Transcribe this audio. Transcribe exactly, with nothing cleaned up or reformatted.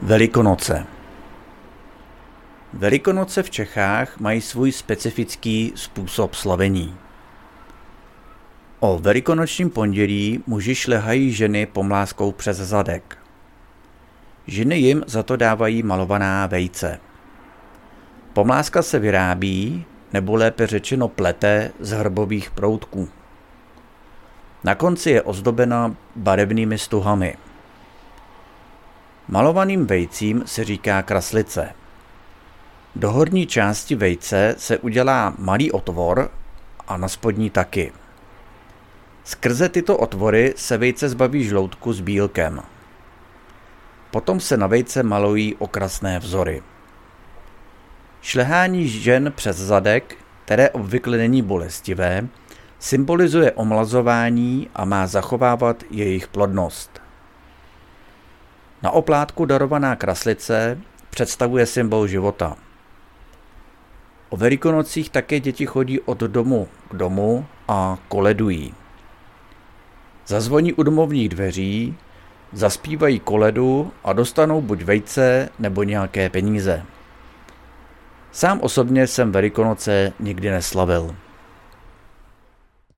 Velikonoce. Velikonoce v Čechách mají svůj specifický způsob slavení. O velikonočním pondělí muži šlehají ženy pomláskou přes zadek. Ženy jim za to dávají malovaná vejce. Pomláska se vyrábí, nebo lépe řečeno plete, z hrbových proutků. Na konci je ozdobena barevnými stuhami. Malovaným vejcím se říká kraslice. Do horní části vejce se udělá malý otvor a na spodní taky. Skrze tyto otvory se vejce zbaví žloutku s bílkem. Potom se na vejce malují okrasné vzory. Šlehání žen přes zadek, které obvykle není bolestivé, symbolizuje omlazování a má zachovávat jejich plodnost. Na oplátku darovaná kraslice představuje symbol života. O Velikonocích také děti chodí od domu k domu a koledují. Zazvoní u domovních dveří, zaspívají koledu a dostanou buď vejce nebo nějaké peníze. Sám osobně jsem Velikonoce nikdy neslavil.